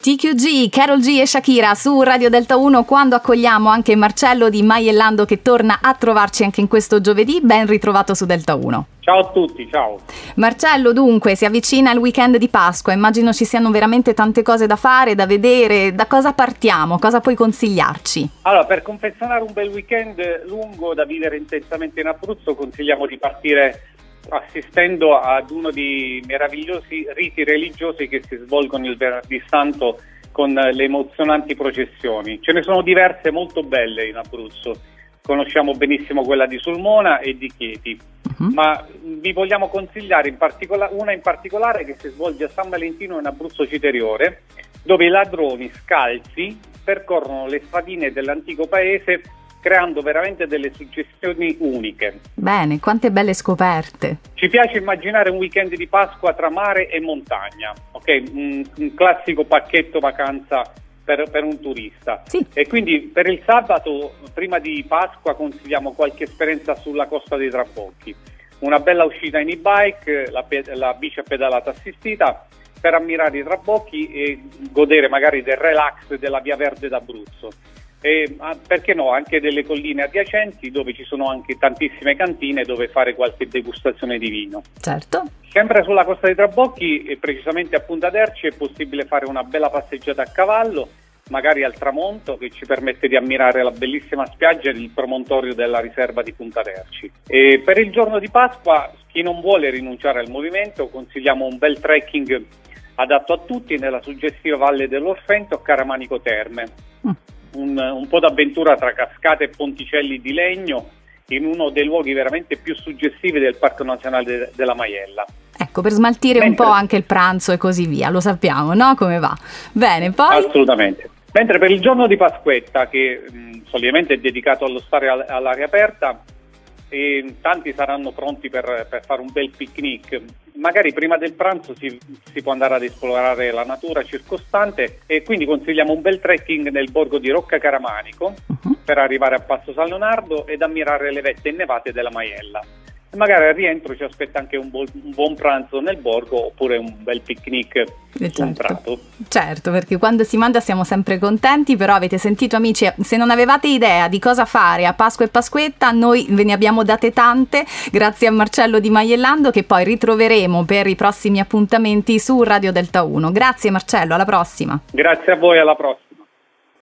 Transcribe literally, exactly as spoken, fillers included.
T Q G, Karol G e Shakira su Radio Delta uno, quando accogliamo anche Marcello di Maiellando che torna a trovarci anche in questo giovedì. Ben ritrovato su Delta uno. Ciao a tutti, ciao. Marcello, dunque, si avvicina il weekend di Pasqua, immagino ci siano veramente tante cose da fare, da vedere. Da cosa partiamo? Cosa puoi consigliarci? Allora, per confezionare un bel weekend lungo da vivere intensamente in Abruzzo, consigliamo di partire assistendo ad uno dei meravigliosi riti religiosi che si svolgono il venerdì santo con le emozionanti processioni. Ce ne sono diverse molto belle in Abruzzo. Conosciamo benissimo quella di Sulmona e di Chieti, uh-huh. ma vi vogliamo consigliare in particola- una in particolare che si svolge a San Valentino in Abruzzo Citeriore, dove i ladroni scalzi percorrono le stradine dell'antico paese creando veramente delle suggestioni uniche. Bene, quante belle scoperte. Ci piace immaginare un weekend di Pasqua tra mare e montagna, ok? Un, un classico pacchetto vacanza per, per un turista. Sì. E quindi per il sabato, prima di Pasqua, consigliamo qualche esperienza sulla Costa dei Trabocchi. Una bella uscita in e-bike, la, la bici a pedalata assistita, per ammirare i trabocchi e godere magari del relax della Via Verde d'Abruzzo. E perché no, anche delle colline adiacenti dove ci sono anche tantissime cantine dove fare qualche degustazione di vino. Certo. Sempre sulla Costa dei Trabocchi e precisamente a Punta d'Erci è possibile fare una bella passeggiata a cavallo, magari al tramonto, che ci permette di ammirare la bellissima spiaggia e il promontorio della riserva di Punta d'Erci. E per il giorno di Pasqua, chi non vuole rinunciare al movimento, consigliamo un bel trekking adatto a tutti nella suggestiva Valle dell'Orfento, Caramanico Terme. Mm. Un, un po' d'avventura tra cascate e ponticelli di legno in uno dei luoghi veramente più suggestivi del Parco Nazionale de, della Maiella. Ecco, per smaltire Mentre... un po' anche il pranzo e così via, lo sappiamo, no? Come va? Bene, poi? Assolutamente. Mentre per il giorno di Pasquetta, che mh, solitamente è dedicato allo stare all- all'aria aperta, e tanti saranno pronti per, per fare un bel picnic. Magari prima del pranzo si, si può andare ad esplorare la natura circostante e quindi consigliamo un bel trekking nel borgo di Rocca Caramanico uh-huh. per arrivare a Passo San Leonardo ed ammirare le vette innevate della Maiella. E magari al rientro ci aspetta anche un, bo- un buon pranzo nel borgo oppure un bel picnic eh su certo. un prato. Certo, perché quando si manda siamo sempre contenti, però avete sentito amici, se non avevate idea di cosa fare a Pasqua e Pasquetta, noi ve ne abbiamo date tante, grazie a Marcello di Maiellando, che poi ritroveremo per i prossimi appuntamenti su Radio Delta uno. Grazie Marcello, alla prossima. Grazie a voi, alla prossima.